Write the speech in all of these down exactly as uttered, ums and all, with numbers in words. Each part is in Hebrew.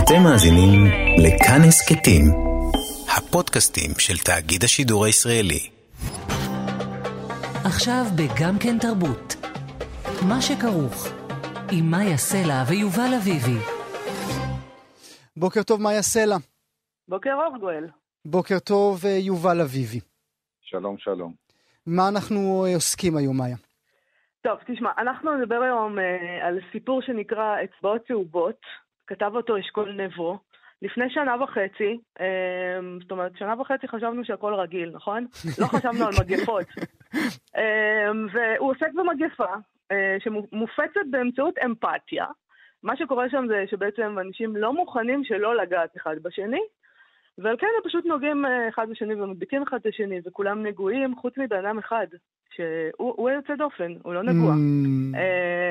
אתם מאזינים לכאן הסכתים, הפודקאסטים של תאגיד השידור הישראלי. עכשיו בגם כן תרבות, מה שכרוך עם מאיה סלע ויובל אביבי. בוקר טוב מאיה סלע. בוקר אור גואל. בוקר טוב יובל אביבי. שלום שלום. מה אנחנו עוסקים היום מאיה? טוב, תשמע, אנחנו נדבר היום אה, על סיפור שנקרא אצבעות צהובות, כתב אותו אשכול נבו, לפני שנה וחצי, אה, זאת אומרת, שנה וחצי חשבנו שהכל רגיל, נכון? לא חשבנו על מגפות. אה, והוא עוסק במגפה, אה, שמופצת באמצעות אמפתיה. מה שקורה שם זה שבעצם אנשים לא מוכנים שלא לגעת אחד בשני, ועל כן הם פשוט נוגעים אחד בשני ומדביקים אחד את השני, וכולם נגועים חוץ מבן אדם אחד. שהוא יוצא דופן, הוא לא נגוע. Mm.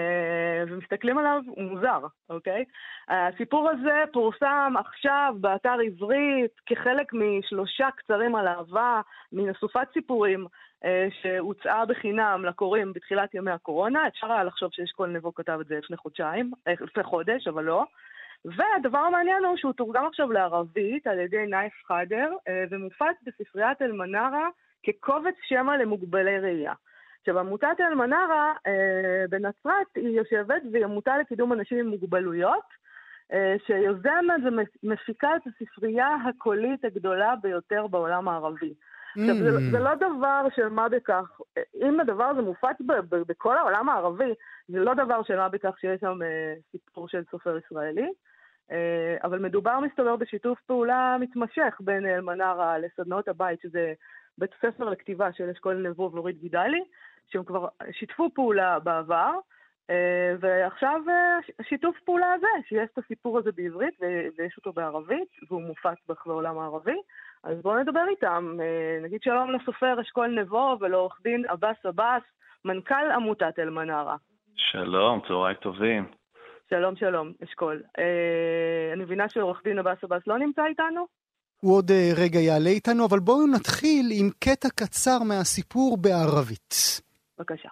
ומסתכלים עליו, הוא מוזר, אוקיי? הסיפור הזה פורסם עכשיו באתר עברית, כחלק משלושה קצרים על אהבה, מנסופת סיפורים, שהוצאה בחינם לקוראים בתחילת ימי הקורונה. אפשר היה לחשוב שאשכול נבו כתב את זה לפני חודשיים, לפני חודש, אבל לא. והדבר המעניין הוא שהוא תורגם עכשיו לערבית על ידי נייף חדר, ומופץ בספריית אל-מנרה, כקובץ שמה למוגבלי ראייה. עכשיו, עמותת אל-מנרה אה, בנצרת היא יושבת והיא עמותה לקידום אנשים עם מוגבלויות, אה, שיוזמת ומפיקה את הספרייה הקולית הגדולה ביותר בעולם הערבי. Mm. עכשיו, זה, זה לא דבר של מה בכך, אם הדבר הזה מופץ ב, ב, בכל העולם הערבי, זה לא דבר של מה בכך שיש שם אה, סיפור של סופר ישראלי, אה, אבל מדובר מסתבר בשיתוף פעולה מתמשך בין אל-מנרה לסדנאות הבית, שזה בית ספר לכתיבה של אשכול נבו ואורית גידלי, שהם כבר שיתפו פעולה בעבר, ועכשיו שיתוף פעולה הזה, שיש את הסיפור הזה בעברית ויש אותו בערבית, והוא מופץ ברחבי העולם הערבי. אז בואו נדבר איתם. נגיד שלום לסופר אשכול נבו ולעורך דין עבאס עבאס, מנכ"ל עמותת אל-מנרה. שלום, צהריים טובים. שלום שלום, אשכול. אני מבינה שעורך דין עבאס עבאס לא נמצא איתנו? הוא עוד רגע יעלה איתנו, אבל בואו נתחיל עם קטע קצר מהסיפור בערבית. בבקשה.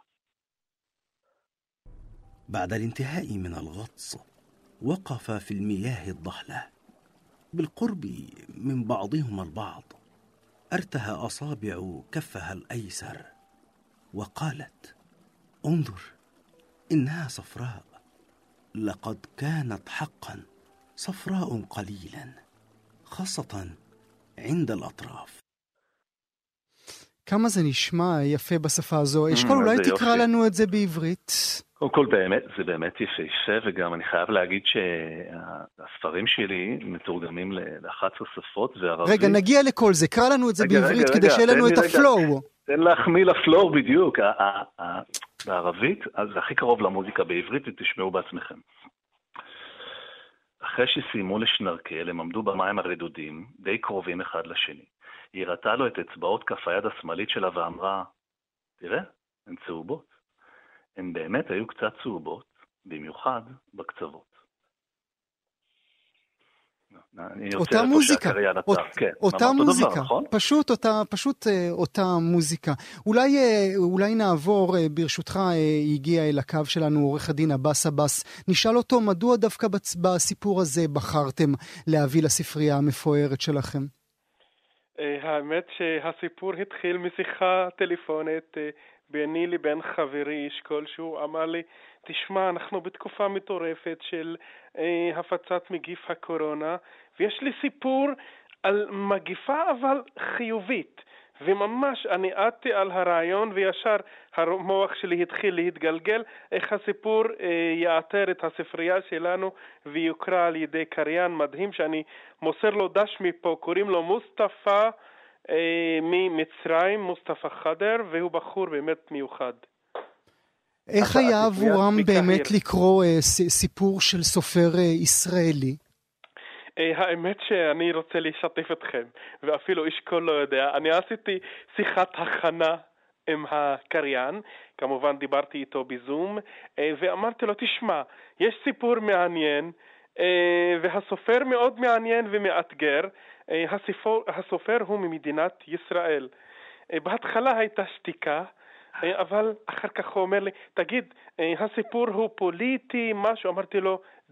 بعد الانتهاء من الغطس وقف في المياه الضحلة بالقرب من بعضهما البعض. ارتها أصابع كفها الأيسر وقالت: انظر إنها صفراء، لقد كانت حقا صفراء قليلا خاصة عند الأطراف. כמה זה נשמע יפה בשפה הזו. אשכול, אולי תקרא לנו את זה בעברית. קודם כל, באמת, זה באמת יפה, וגם אני חייב להגיד שהספרים שלי מתורגמים ל-אחת עשרה שפות וערבית. רגע, נגיע לכל זה, קרא לנו את זה בעברית כדי שיהיה לנו את הפלואו. תן להחמיא לפלואו בדיוק. בערבית, אז זה הכי קרוב למוזיקה בעברית, ותשמעו בעצמכם. אחרי שסיימו לשנרקל, הם עמדו במים הרדודים, די קרובים אחד לשני. היא ראתה לו את אצבעות כף היד השמאלית שלה ואמרה, תראה, הן צהובות. הן באמת היו קצת צהובות, במיוחד בקצוות. אותה מוזיקה, אות, כן, אותה מוזיקה, דבר, נכון? פשוט אותה, פשוט אותה מוזיקה. אולי, אולי נעבור, ברשותך, הגיע אל הקו שלנו עורך הדין עבאס עבאס. נשאל אותו, מדוע דווקא בסיפור הזה בחרתם להביא לספרייה המפוארת שלכם? האמת שהסיפור התחיל משיחה טלפונית ביני לבין חברי אשכול, שהוא אמר לי, תשמע, אנחנו בתקופה מטורפת של אה, הפצת מגיף הקורונה, ויש לי סיפור על מגיפה אבל חיובית, וממש אני עדתי על הרעיון וישר המוח שלי התחיל להתגלגל, איך הסיפור אה, יאתר את הספרייה שלנו ויוקרא על ידי קריין מדהים שאני מוסר לו דש מפה, קוראים לו מוסטפא אה, ממצרים, מוסטפא חדר, והוא בחור באמת מיוחד. איך היה עבורם באמת לקרוא סיפור של סופר ישראלי? האמת שאני רוצה לשתף אתכם, ואפילו אשכול לא יודע. אני עשיתי שיחת הכנה עם הקריין, כמובן דיברתי איתו בזום, ואמרתי לו, תשמע, יש סיפור מעניין, והסופר מאוד מעניין ומאתגר. הסופר, הסופר הוא ממדינת ישראל. בהתחלה הייתה שתיקה, אבל אחר כך הוא אומר לי, תגיד, הסיפור הוא פוליטי, משהו? אמרתי לו,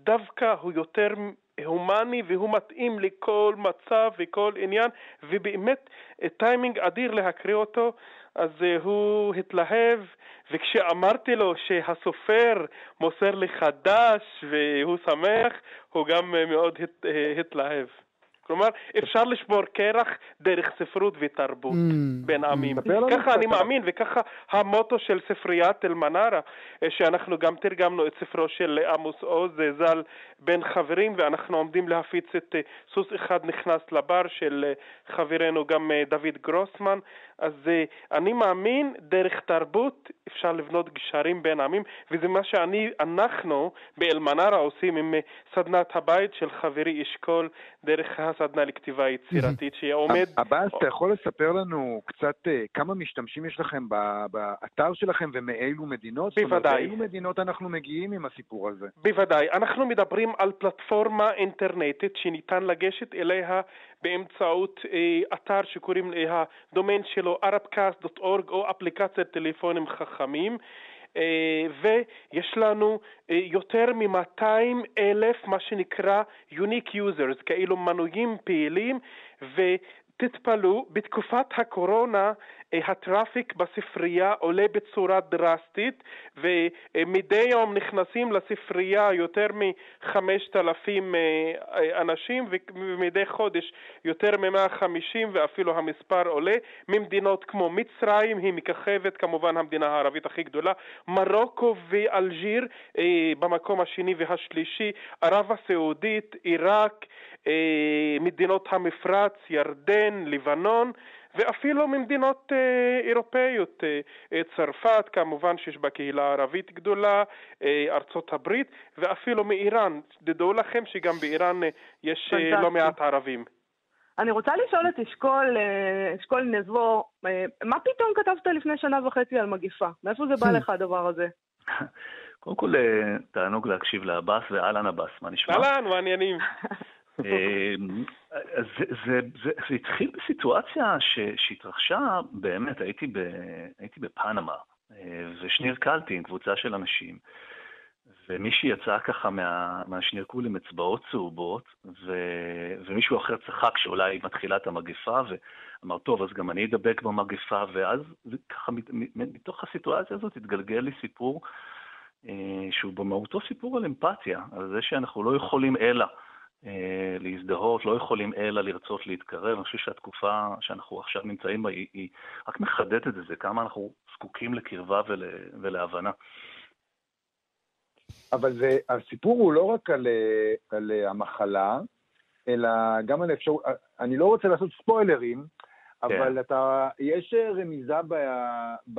דווקא הוא יותר הומני והוא מתאים לכל מצב וכל עניין, ובאמת טיימינג אדיר להקריא אותו. אז הוא התלהב, וכשאמרתי לו שהסופר מוסר לי חדש והוא שמח, הוא גם מאוד הת, התלהב. כלומר, אפשר לשבור קרח דרך ספרות ותרבות mm. בין עמים. ככה אני מאמין, וככה המוטו של ספריית אל-מנרה, שאנחנו גם תרגמנו את ספרו של עמוס עוז, ז"ל, בין חברים, ואנחנו עומדים להפיץ את סוס אחד נכנס לבר של חברנו גם דוד גרוסמן. אז אני מאמין, דרך תרבות אפשר לבנות גשרים בין עמים, וזה מה שאני, אנחנו באל-מנרה עושים עם סדנת הבית של חברי אשכול, דרך הסדנה לכתיבה יצירתית שעומד... הבאס, אתה יכול לספר לנו קצת כמה משתמשים יש לכם באתר שלכם ומאילו מדינות? בוודאי. באילו מדינות אנחנו מגיעים עם הסיפור הזה? בוודאי. אנחנו מדברים על פלטפורמה אינטרנטית שניתן לגשת אליה באמצעות אתר שקוראים הדומיין שלו arabcast דוט אורג או אפליקציית טלפונים חכמים. ויש לנו יותר מ-מאתיים אלף מה שנקרא unique users, כאילו מנויים פעילים, ותתפלו, בתקופת הקורונה הטראפיק בספרייה עולה בצורה דרסטית, ומדי יום נכנסים לספרייה יותר מ-חמשת אלפים אנשים, ומדי חודש יותר מ-מאה וחמישים, ואפילו המספר עולה. ממדינות כמו מצרים, היא מככבת, כמובן המדינה הערבית הכי גדולה, מרוקו ואלג'יר במקום השני והשלישי, ערב הסעודית, עיראק, מדינות המפרץ, ירדן, לבנון, ואפילו ממדינות אה, אירופאיות, אה, צרפת, כמובן שיש בה קהילה ערבית גדולה, אה, ארצות הברית, ואפילו מאיראן. תדעו לכם שגם באיראן אה, יש אה, לא מעט ערבים. אני רוצה לשאול את אשכול, אה, אשכול נבו, אה, מה פתאום כתבת לפני שנה וחצי על מגיפה? מאיפה זה בא לך הדבר הזה? קודם כל, תענוג להקשיב לאבאס, ואלן אבאס, מה נשמע? אלן, מעניינים. אז זה, זה, זה, זה התחיל בסיטואציה ש, שהתרחשה, באמת, הייתי, ב, הייתי בפנמה, ושנרקלתי עם קבוצה של אנשים, ומישהי יצא ככה מה, מהשנרקול עם אצבעות צהובות, ו, ומישהו אחר צחק שאולי מתחילה את המגפה, ואמר, טוב, אז גם אני אדבק במגפה, ואז ככה מתוך הסיטואציה הזאת התגלגל לי סיפור, שהוא במהותו סיפור על אמפתיה, על זה שאנחנו לא יכולים אלא, להזדהות, לא יכולים אלא לרצות להתקרב. אני חושב שהתקופה שאנחנו עכשיו נמצאים בה היא, היא רק מחדדת את זה, כמה אנחנו זקוקים לקרבה ול, ולהבנה. אבל זה, הסיפור הוא לא רק על, על המחלה, אלא גם על אפשרות, אני לא רוצה לעשות ספוילרים, אבל אתה, יש רמיזה ב, ב,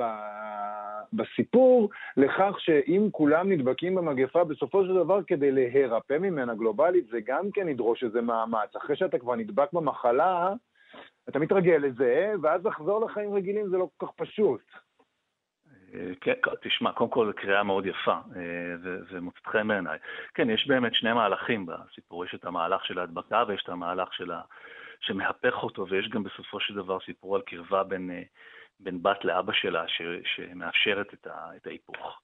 בסיפור לכך שאם כולם נדבקים במגפה, בסופו של דבר כדי להירפא ממנה גלובלית, זה גם כן ידרוש איזה מאמץ. אחרי שאתה כבר נדבק במחלה, אתה מתרגל לזה, ואז לחזור לחיים רגילים זה לא כל כך פשוט. כן, תשמע, קודם כל קריאה מאוד יפה, ומוצאת חן בעיניי. כן, יש באמת שני מהלכים בסיפור, יש את המהלך של ההדבקה, ויש את המהלך של ה... שמהפך אותו, ויש גם בסופו של דבר סיפור על קרבה בין, בין בת לאבא שלה, ש, שמאפשרת את, ה, את ההיפוך.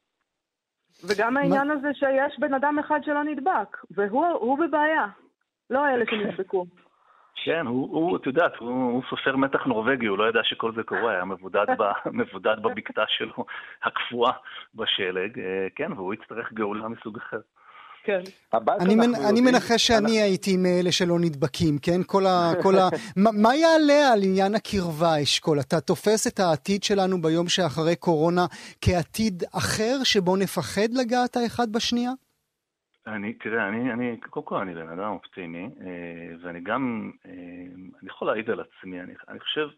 וגם העניין הזה שיש בן אדם אחד שלא נדבק, והוא הוא בבעיה, לא אלה שנדבקו. כן, הוא, הוא, את יודעת, הוא, הוא סופר מתח נורווגי, הוא לא ידע שכל זה קורה, היה מבודד, ב, מבודד בבקתה שלו, הקפואה בשלג, כן, והוא יצטרך גאולה מסוג אחר. כן. אני, מנ... אני מנחש שאני אנחנו... הייתי מאלה שלא נדבקים, כן? כל ה... כל ה... מה, מה יעלה על עניין הקרבה, אשכול? אתה תופס את העתיד שלנו ביום שאחרי קורונה כעתיד אחר שבו נפחד לגעת האחד בשנייה? אני, תראה, אני, אני, קודם כל אני בן אדם אופטימי, ואני גם, אני יכול להעיד על עצמי, אני, אני חושב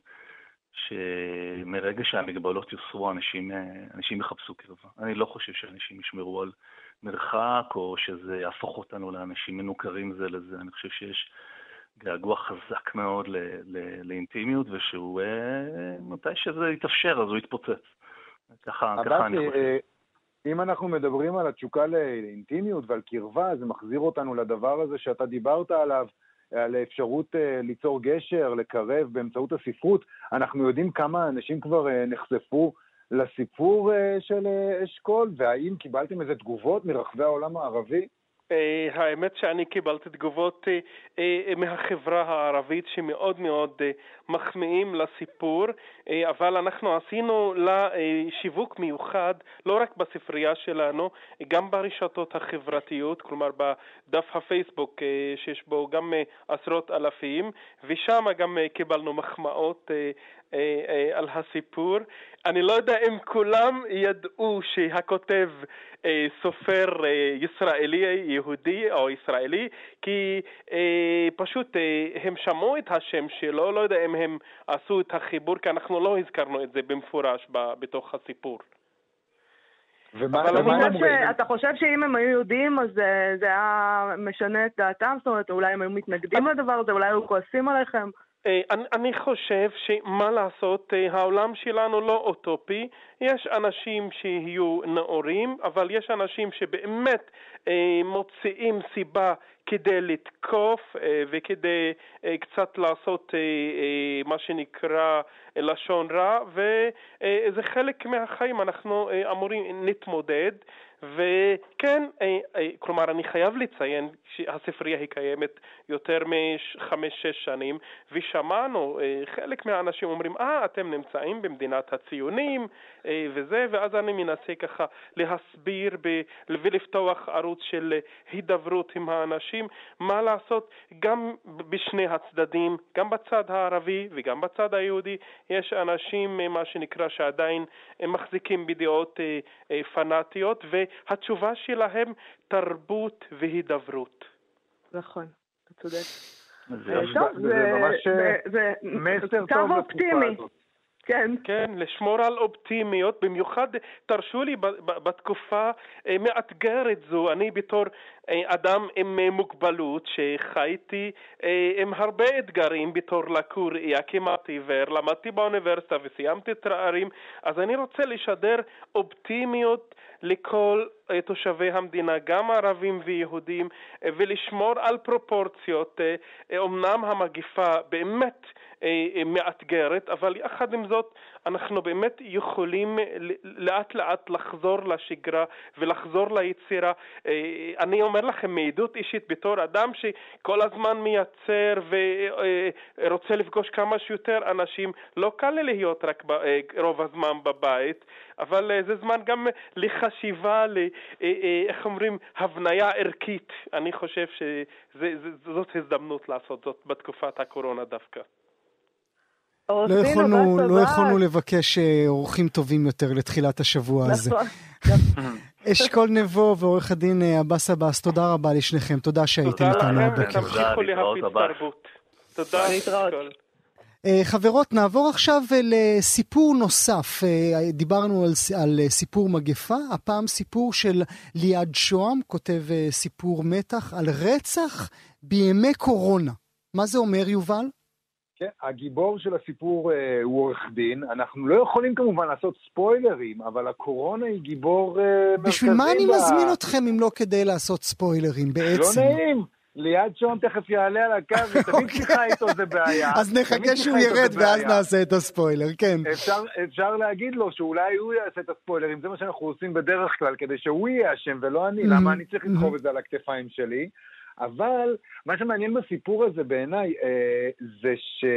שמרגע שהמגבלות יוסרו, אנשים, אנשים יחפשו קרבה. אני לא חושב שאנשים ישמרו על מרחק, או שזה יהפוך אותנו לאנשים מנוכרים זה לזה. אני חושב שיש געגוע חזק מאוד ל, ל, לאינטימיות, ושהוא, מתי שזה יתאפשר, אז הוא יתפוצץ. ככה, ככה אני חושב. אם אנחנו מדברים על התשוקה לאינטימיות ועל קרבה, זה מחזיר אותנו לדבר הזה שאתה דיברת עליו, על האפשרות ליצור גשר, לקרב באמצעות הספרות. אנחנו יודעים כמה אנשים כבר נחשפו לסיפור של אשכול, והאם קיבלתם איזה תגובות מרחבי העולם הערבי? האמת שאני קיבלתי תגובות מהחברה הערבית שמאוד מאוד מחמיאים לסיפור, אבל אנחנו עשינו לשיווק מיוחד לא רק בספרייה שלנו, גם ברשתות החברתיות, כלומר בדף הפייסבוק שיש בו גם עשרות אלפים, ושם גם קיבלנו מחמאות על הסיפור. אני לא יודע אם כולם ידעו שהכותב סופר ישראלי, יהודי או ישראלי, כי פשוט הם שמעו את השם שלו, לא יודע אם הם עשו את החיבור, כי אנחנו לא הזכרנו את זה במפורש בתוך הסיפור. אבל אתה חושב שאם הם היו יודעים אז זה היה משנה את דעתם? זאת אומרת, אולי הם היו מתנגדים לדבר הזה, אולי היו כועסים עליכם? אני, אני חושב שמה לעשות, העולם שלנו לא אוטופי, יש אנשים שיהיו נאורים, אבל יש אנשים שבאמת אה, מוצאים סיבה כדי לתקוף אה, וכדי אה, קצת לעשות אה, אה, מה שנקרא לשון רע, וזה חלק מהחיים, אנחנו אה, אמורים להתמודד. וכן, כלומר אני חייב לציין שהספרייה היא קיימת יותר מחמש שש שנים, ושמענו חלק מהאנשים אומרים אה אתם נמצאים במדינת הציונים וזה, ואז אני מנסה ככה להסביר ולפתוח ערוץ של הידברות עם האנשים, מה לעשות גם בשני הצדדים, גם בצד הערבי וגם בצד היהודי יש אנשים מה שנקרא שעדיין מחזיקים בדעות פנאטיות, ו התשובה שלהם תרבות והידברות. נכון, אתה צודק. זה ממש מסר טוב לתקופה הזאת. כן. כן, לשמור על אופטימיות, במיוחד תרשו לי בתקופה מאתגרת זו, אני בתור אדם עם מוגבלות שחייתי עם הרבה אתגרים בתור לקור ראייה, כמעט עיוור, למדתי באוניברסיטה וסיימתי תארים, אז אני רוצה לשדר אופטימיות לכל תושבי המדינה, גם ערבים ויהודים, ולשמור על פרופורציות. אמנם המגיפה באמת מאתגרת, אבל יחד עם זאת אנחנו באמת יכולים לאט לאט לחזור לשגרה ולחזור ליצירה. אני אומר לכם מעדות אישית בתור אדם שכל הזמן מייצר ורוצה לפגוש כמה שיותר אנשים, לא קל לי להיות רק רוב הזמן בבית, אבל זה זמן גם לחשיבה, איך אומרים, הבניה ערכית. אני חושב שזאת הזדמנות לעשות זאת בתקופת הקורונה דווקא. לא יכולנו, לא יכולנו לבקש אורחים טובים יותר לתחילת השבוע הזה. אשכול נבו ועורך הדין עבאס עבאס, תודה רבה לשניכם, תודה שהייתם איתנו הבוקר. תמשיכו להפיץ תרבות. תודה. להתראות. חברות, נעבור עכשיו לסיפור נוסף. דיברנו על, על סיפור מגפה, הפעם סיפור של ליעד שוהם, כותב סיפור מתח על רצח בימי קורונה. מה זה אומר, יובל? כן, הגיבור של הסיפור אה, הוא עורך דין. אנחנו לא יכולים כמובן לעשות ספוילרים, אבל הקורונה היא גיבור אה, מרכזי. בשביל מה אני ב... מזמין אתכם אם לא כדי לעשות ספוילרים בעצם? לא נעים. ליעד שוהם תכף יעלה על הקו, ותמיד שיחה איתו זה בעיה. אז נחכה שהוא ירד ואז נעשה את הספוילר, כן. אפשר, אפשר להגיד לו שאולי הוא יעשה את הספוילרים, זה מה שאנחנו עושים בדרך כלל, כדי שהוא יהיה אשם ולא אני, למה אני צריך לדחוב את זה על הכתפיים שלי. אבל מה שמעניין בסיפור הזה בעיניי אה, זה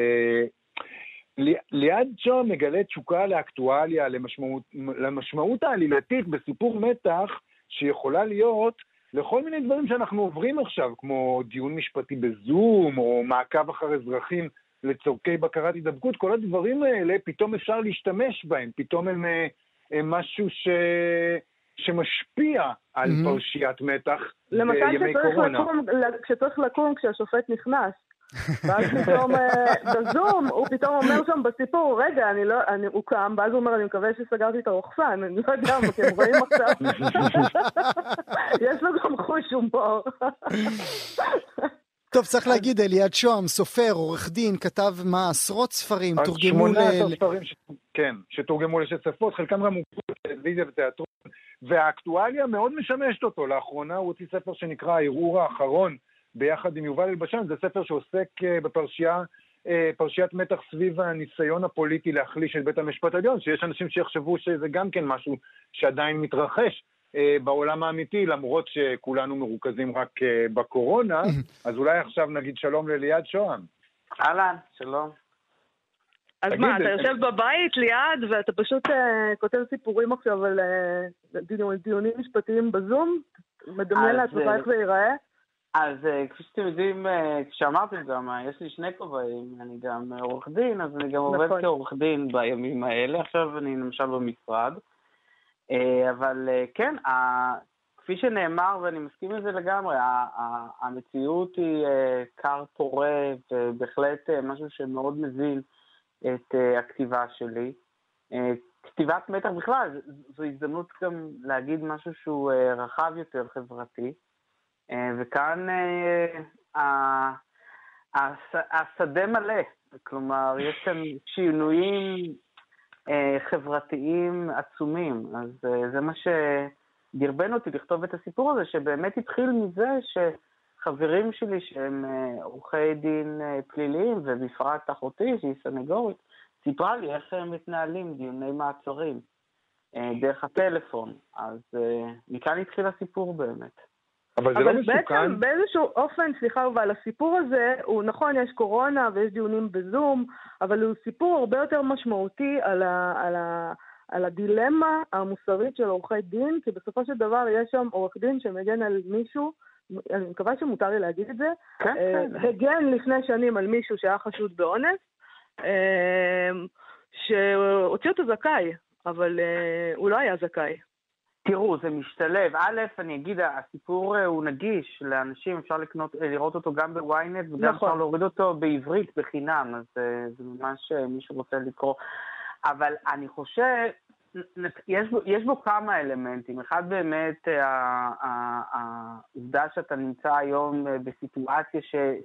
שליעד שוהם מגלה תשוקה לאקטואליה, למשמעות, למשמעות העלילתית בסיפור מתח שיכולה להיות לכל מיני דברים שאנחנו עוברים עכשיו, כמו דיון משפטי בזום או מעקב אחר אזרחים לצורכי בקרת הידבקות. כל הדברים האלה פתאום אפשר להשתמש בהם, פתאום הם, הם משהו ש... שמשפיע על mm-hmm. פרשיית מתח בימי קורונה. למשל כשצריך לקום כשהשופט נכנס, ואז פתאום בזום הוא פתאום אומר שם בסיפור, רגע, אני לא, אני, הוא קם, ואז הוא אומר, אני מקווה שסגרתי את הרוחפן, אני לא יודע, כי הם רואים עכשיו. יש לו גם חוש הומור. טוב, צריך להגיד, ליעד שוהם, סופר, עורך דין, כתב מה, עשרות ספרים, תורגמו ל... שמונה עשר ספרים, ש... כן, שתורגמו לשת שפות, חלקם גם מוקפו בטלוויזיה ותיאטרון, והאקטואליה מאוד משמשת אותו. לאחרונה הוא הוציא ספר שנקרא הערעור האחרון, ביחד עם יובל אלבשן. זה ספר שעוסק בפרשייה, פרשיית מתח סביב הניסיון הפוליטי להחליש את בית המשפט העליון, שיש אנשים שיחשבו שזה גם כן משהו שעדיין מתרחש, בעולם האמיתי, למרות שכולנו מרוכזים רק בקורונה, אז אולי עכשיו נגיד שלום לליעד שוהם. אהלן, שלום. אז מה, אתה יושב בבית ליעד ואתה פשוט כותב סיפורים עכשיו על דיונים משפטיים בזום? מדמיין לעצמך איך זה ייראה? אז כפי שאתם יודעים, כשאמרתם גם, יש לי שני כובעים, אני גם עורך דין, אז אני גם עובד כעורך דין בימים האלה, עכשיו אני למשל במשרד. אבל כן, כפי שנאמר, ואני מסכים לזה לגמרי, המציאות היא קר פורה, ובהחלט משהו שמאוד מזין את הכתיבה שלי. כתיבת מתח בכלל, זו הזדמנות גם להגיד משהו שהוא רחב יותר חברתי, וכאן השדה מלא, כלומר, יש כאן שינויים חברתיים עצומים, אז זה מה שדרבן אותי לכתוב את הסיפור הזה, שבאמת התחיל מזה שחברים שלי שהם עורכי דין פליליים, ובפרט אחותי שהיא סנגורית, סיפרה לי איך הם מתנהלים דיוני מעצרים דרך הטלפון, אז מכאן התחיל הסיפור באמת. אבל זה לא מסוכן. אבל בעצם באיזשהו אופן, סליחה, אבל הסיפור הזה, הוא נכון, יש קורונה ויש דיונים בזום, אבל הוא סיפור הרבה יותר משמעותי על, ה, על, ה, על הדילמה המוסרית של עורכי דין, כי בסופו של דבר יש שם עורך דין שמגן על מישהו, אני מקווה שמותר לי להגיד את זה, כן, כן. הגן לפני שנים על מישהו שהיה חשוד באונס, שהוציא אותו זכאי, אבל הוא לא היה זכאי. תראו, זה משתלב. א', אני אגיד, הסיפור הוא נגיש לאנשים, אפשר לקנות, לראות אותו גם בוויינט, וגם נכון. אפשר להוריד אותו בעברית בחינם, אז זה ממש מישהו רוצה לקרוא. אבל אני חושב, יש בו, יש בו כמה אלמנטים. אחד באמת, העובדה שאתה נמצא היום בסיטואציה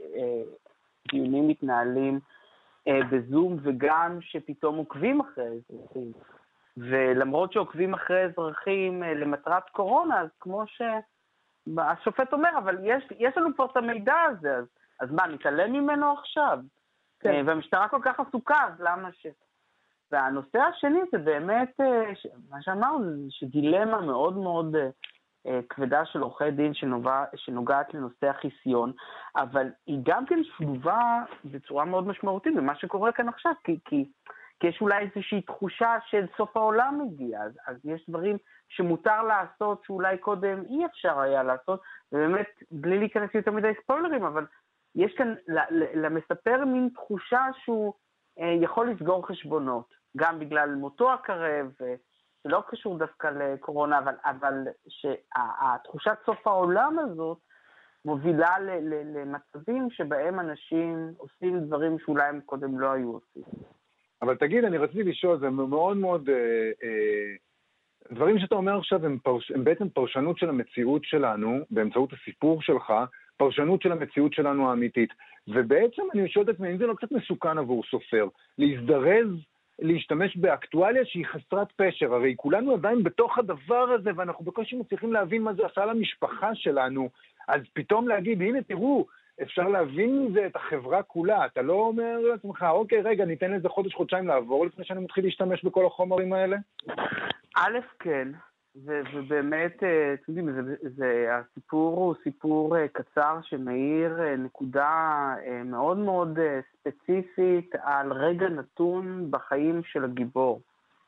שדיונים מתנהלים בזום, וגם שפתאום עוקבים אחרי אזרחים. ולמרות שעוקבים אחרי אזרחים למטרת קורונה, אז כמו שהשופט אומר, אבל יש, יש לנו פה את המידע הזה, אז, אז מה, נתעלם ממנו עכשיו? כן. והמשטרה כל כך עסוקה, אז למה ש... והנושא השני זה באמת, ש... מה שאמרנו, זה שדילמה מאוד מאוד כבדה של עורכי דין שנובע, שנוגעת לנושא החיסיון, אבל היא גם כן שלובה בצורה מאוד משמעותית במה שקורה כאן עכשיו, כי... כי כי יש אולי איזושהי תחושה של סוף העולם מגיע, אז, אז יש דברים שמותר לעשות, שאולי קודם אי אפשר היה לעשות, ובאמת, בלי להיכנס יותר מדי ספוילרים, אבל יש כאן למספר מין תחושה שהוא אה, יכול לסגור חשבונות, גם בגלל מותו הקרב, זה לא קשור דווקא לקורונה, אבל, אבל שהתחושת סוף העולם הזאת מובילה ל, ל, למצבים שבהם אנשים עושים דברים שאולי הם קודם לא היו עושים. אבל תגיד, אני רציתי לשאול, זה מאוד מאוד, אה, אה, דברים שאתה אומר עכשיו הם, פרש, הם בעצם פרשנות של המציאות שלנו, באמצעות הסיפור שלך, פרשנות של המציאות שלנו האמיתית. ובעצם אני שואל את עצמי, אם זה לא קצת מסוכן עבור סופר, להזדרז, להשתמש באקטואליה שהיא חסרת פשר, הרי כולנו עדיין בתוך הדבר הזה, ואנחנו בקושי מצליחים להבין מה זה עשה למשפחה שלנו, אז פתאום להגיד, הנה תראו, אפשר להבין מזה את החברה כולה, אתה לא אומר לעצמך, אוקיי, רגע, ניתן לזה חודש, חודשיים לעבור, לפני שאני מתחיל להשתמש בכל החומרים האלה? א', כן, ו- ובאמת, אתם יודעים, זה, זה, הסיפור הוא סיפור קצר שמאיר נקודה מאוד מאוד ספציפית על רגע נתון בחיים של הגיבור,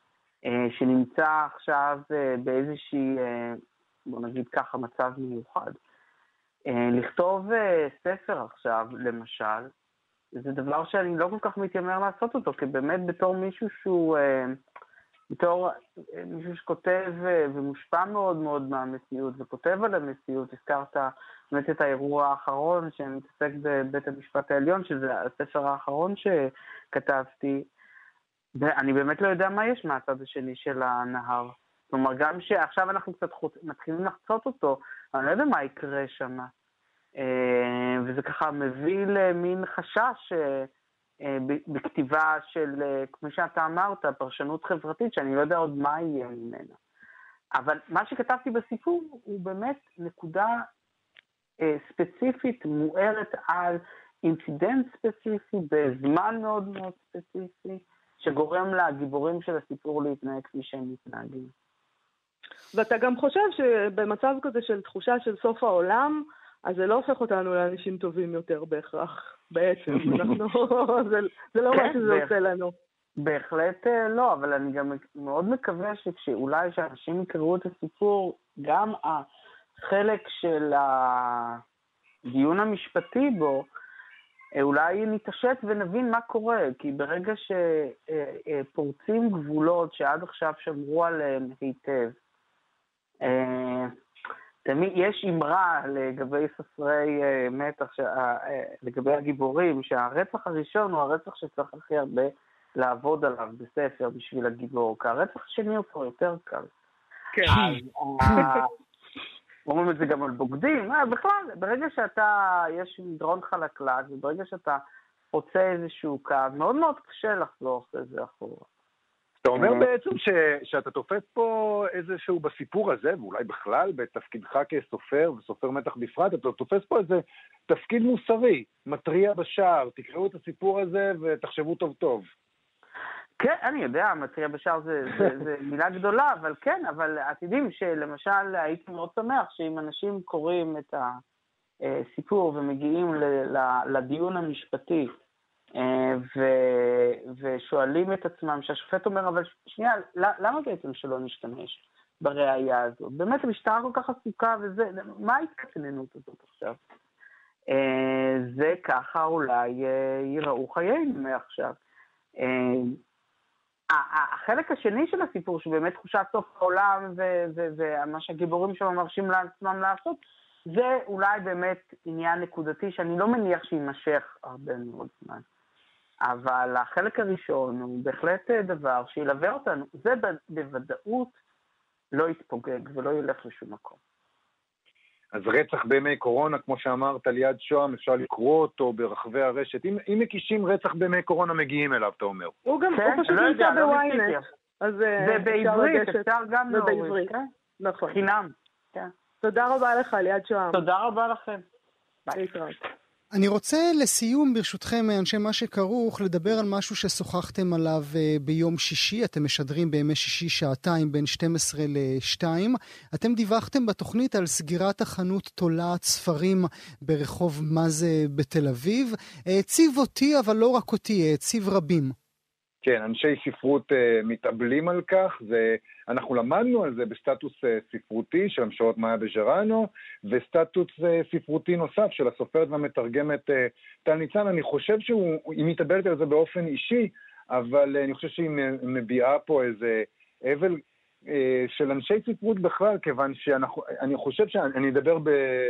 שנמצא עכשיו באיזושהי, בוא נגיד ככה, מצב מיוחד. לכתוב ספר עכשיו, למשל, זה דבר שאני לא כל כך מתיימר לעשות אותו, כי באמת בתור מישהו שהוא, בתור מישהו שכותב ומושפע מאוד מאוד מהמציאות, וכותב על המציאות, הזכרת באמת את האירוע האחרון שמתעסק בבית המשפט העליון, שזה הספר האחרון שכתבתי, ואני באמת לא יודע מה יש מהצד השני של הנהר. כלומר, גם שעכשיו אנחנו קצת מתחילים לחצות אותו, אני לא יודע מה יקרה שם. וזה ככה מביא למין חשש בכתיבה של, כמו שאתה אמרת, פרשנות חברתית, שאני לא יודע עוד מה יהיה ממנה. אבל מה שכתבתי בסיפור הוא באמת נקודה ספציפית, מוארת על אינצידנט ספציפי, בזמן מאוד מאוד ספציפי, שגורם לגיבורים של הסיפור להתנהג כפי שהם מתנהגים. ואתה גם חושב שבמצב כזה של תחושה של סוף העולם, אז זה לא הופך אותנו לאנשים טובים יותר בהכרח, בעצם. אנחנו, זה, זה לא מה שזה עושה לנו. בהחלט לא, אבל אני גם מאוד מקווה שכשאולי שאנשים יקראו את הסיפור, גם החלק של הדיון המשפטי בו, אולי נתעשת ונבין מה קורה, כי ברגע שפורצים גבולות שעד עכשיו שמרו עליהם היטב, תמיד יש אמרה לגבי ספרי מתח, לגבי הגיבורים, שהרצח הראשון הוא הרצח שצריך הכי הרבה לעבוד עליו בספר בשביל הגיבור, כי הרצח השני הוא פה יותר קל. כן. אומרים את זה גם על בוגדים, בכלל, ברגע שאתה, יש מדרון חלקלק, וברגע שאתה רוצה איזשהו קו, מאוד מאוד קשה לחזור אחרי זה אחורה. אתה אומר בעצם ש, שאתה תופס פה איזשהו בסיפור הזה, ואולי בכלל בתפקידך כסופר וסופר מתח בפרט, אתה תופס פה איזה תפקיד מוסרי, מטריע בשער, תקראו את הסיפור הזה ותחשבו טוב טוב. כן, אני יודע, מטריע בשער זה, זה, זה מילה גדולה, אבל כן, אבל אתם יודעים שלמשל הייתי מאוד שמח שאם אנשים קוראים את הסיפור ומגיעים לדיון המשפטי, ושואלים את עצמם, שהשופט אומר, אבל שנייה, למה בעצם שלא נשתמש בראייה הזאת? באמת המשטרה כל כך עסוקה וזה, מה ההתקצננות הזאת עכשיו? זה ככה אולי ייראו חיינו מעכשיו. החלק השני של הסיפור, שבאמת תחושת סוף העולם ומה שהגיבורים שם מרשים לעצמם לעשות, זה אולי באמת עניין נקודתי שאני לא מניח שימשך הרבה מאוד זמן. אבל החלק הראשון הוא בהחלט דבר שילווה אותנו. זה בוודאות לא יתפוגג ולא ילך לשום מקום. אז רצח בימי קורונה, כמו שאמרת, ליד שוהם, אפשר לקרוא אותו ברחבי הרשת. אם, אם מקישים רצח בימי קורונה, מגיעים אליו, אתה אומר. הוא גם, כן? הוא פשוט לא נמצא בוויינט. ובעברית, אפשר גם להוריד. נכון. חינם. כן. תודה רבה לך, ליד שוהם. תודה רבה לכם. ביי. אני רוצה לסיום, ברשותכם, אנשי מה שכרוך, לדבר על משהו ששוחחתם עליו ביום שישי. אתם משדרים בימי שישי שעתיים בין שתים עשרה לשתיים. אתם דיווחתם בתוכנית על סגירת החנות תולעת ספרים ברחוב מזה בתל אביב. ציב אותי, אבל לא רק אותי, ציב רבים. כן, אנשי ספרות uh, מתאבלים על כך, זה, אנחנו למדנו על זה בסטטוס uh, ספרותי של המשוררת מאיה בז'רנו, וסטטוס uh, ספרותי נוסף של הסופרת והמתרגמת uh, טל ניצן. אני חושב שהיא מתאבלת על זה באופן אישי, אבל uh, אני חושב שהיא מביעה פה איזה אבל uh, של אנשי ספרות בכלל, כיוון שאני חושב שאני אדבר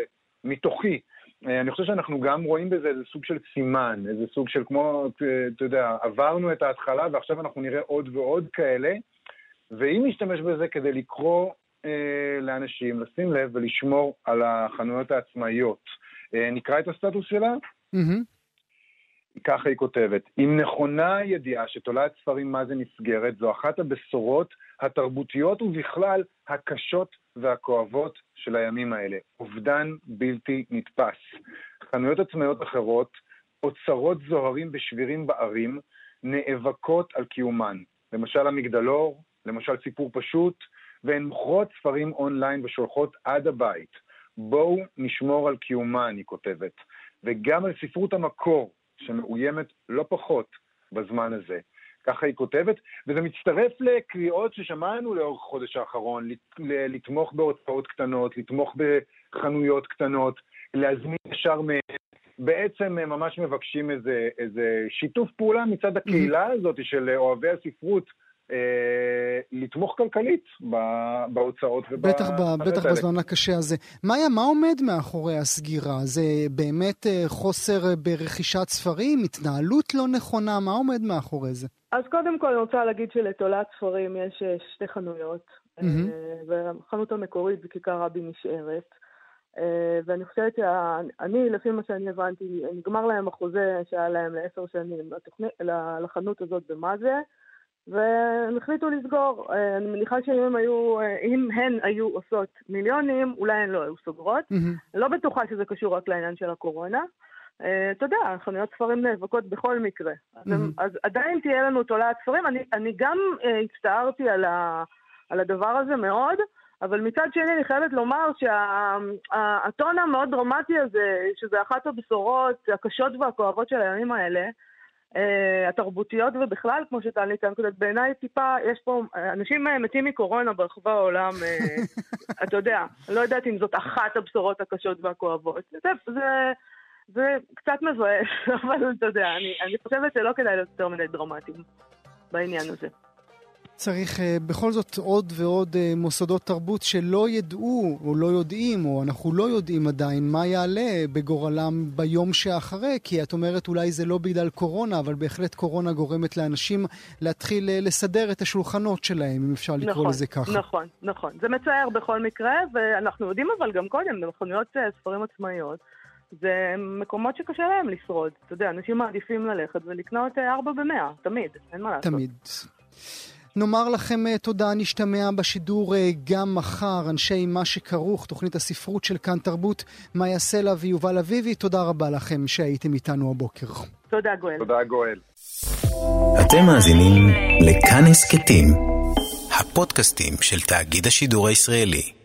מתוכי, אני חושב שאנחנו גם רואים בזה איזה סוג של סימן, איזה סוג של כמו, אתה יודע, עברנו את ההתחלה ועכשיו אנחנו נראה עוד ועוד כאלה, ואם נשתמש בזה כדי לקרוא אה, לאנשים, לשים לב ולשמור על החנויות העצמאיות. אה, נקרא את הסטטוס שלה? Mm-hmm. ככה היא כותבת, אם נכונה ידיעה שתולעת ספרים מה זה נסגרת, זו אחת הבשורות התרבותיות ובכלל הקשות והכואבות של הימים האלה. אובדן בלתי נתפס. חנויות עצמאיות אחרות, אוצרות זוהרים בשבירים בערים, נאבקות על קיומן. למשל המגדלור, למשל סיפור פשוט, והן מוכרות ספרים אונליין ושולחות עד הבית. בואו נשמור על קיומן, היא כותבת. וגם על ספרות המקור, שמאוימת לא פחות בזמן הזה. ככה היא כותבת, וזה מצטרף לקריאות ששמענו לאורך חודש האחרון, לתמוך בהוצאות קטנות, לתמוך בחנויות קטנות, להזמין ישר מהם. בעצם ממש מבקשים איזה, איזה שיתוף פעולה מצד הקהילה הזאת של אוהבי הספרות, אה, לתמוך כלכלית בהוצאות ובחנויות בטח, בטח בזמן הקשה הזה. מאיה, מה עומד מאחורי הסגירה? זה באמת חוסר ברכישת ספרים, התנהלות לא נכונה? מה עומד מאחורי זה? אז קודם כל אני רוצה להגיד שלתולעת ספרים יש שתי חנויות, mm-hmm. והחנות המקורית זה כיכר רבין נשארת, ואני חושבת שאני, לפי מה שאני הבנתי, נגמר להם החוזה שהיה להם לעשר שנים לחנות הזאת במזה, והם החליטו לסגור. אני מניחה שאם הם היו, אם הן היו עושות מיליונים, אולי הן לא היו סוגרות. Mm-hmm. אני לא בטוחה שזה קשור רק לעניין של הקורונה. אתה יודע, חנויות ספרים נאבקות בכל מקרה. Mm-hmm. אז, אז עדיין תהיה לנו תולעת ספרים. אני, אני גם הצטערתי על, ה, על הדבר הזה מאוד, אבל מצד שני אני חייבת לומר שהטון המאוד דרמטי הזה, שזה אחת הבשורות הקשות והכואבות של הימים האלה, התרבותיות ובכלל, כמו שטל ניתן, בעיניי טיפה, יש פה, אנשים מתים מקורונה ברחבי העולם, אתה יודע, לא יודעת אם זאת אחת הבשורות הקשות והכואבות. זה, זה, זה קצת מבאס, אבל אתה יודע, אני, אני חושבת שלא כדאי להיות יותר מדי דרמטיים בעניין הזה. צריך uh, בכל זאת עוד ועוד uh, מוסדות תרבות שלא ידעו או לא יודעים, או אנחנו לא יודעים עדיין מה יעלה בגורלם ביום שאחרי, כי את אומרת אולי זה לא בגלל קורונה, אבל בהחלט קורונה גורמת לאנשים להתחיל uh, לסדר את השולחנות שלהם, אם אפשר לקרוא נכון, לזה ככה. נכון, נכון. זה מצער בכל מקרה, ואנחנו יודעים אבל גם קודם, במכוניות uh, ספרים עצמאיות, זה מקומות שקשה להם לשרוד. אתה יודע, אנשים מעדיפים ללכת ולקנות uh, ארבע במאה, תמיד, אין מה לעשות. תמיד. נאמר לכם תודה, נשתמע בשידור גם מחר, אנשי מה שכרוך, תוכנית הספרות של כאן תרבות, מאיה סלע ויובל אביבי, תודה רבה לכם שהייתם איתנו הבוקר. תודה גואל. תודה גואל. אתם מאזינים לכאן הסכתים, הפודקאסטים של תאגיד השידור הישראלי.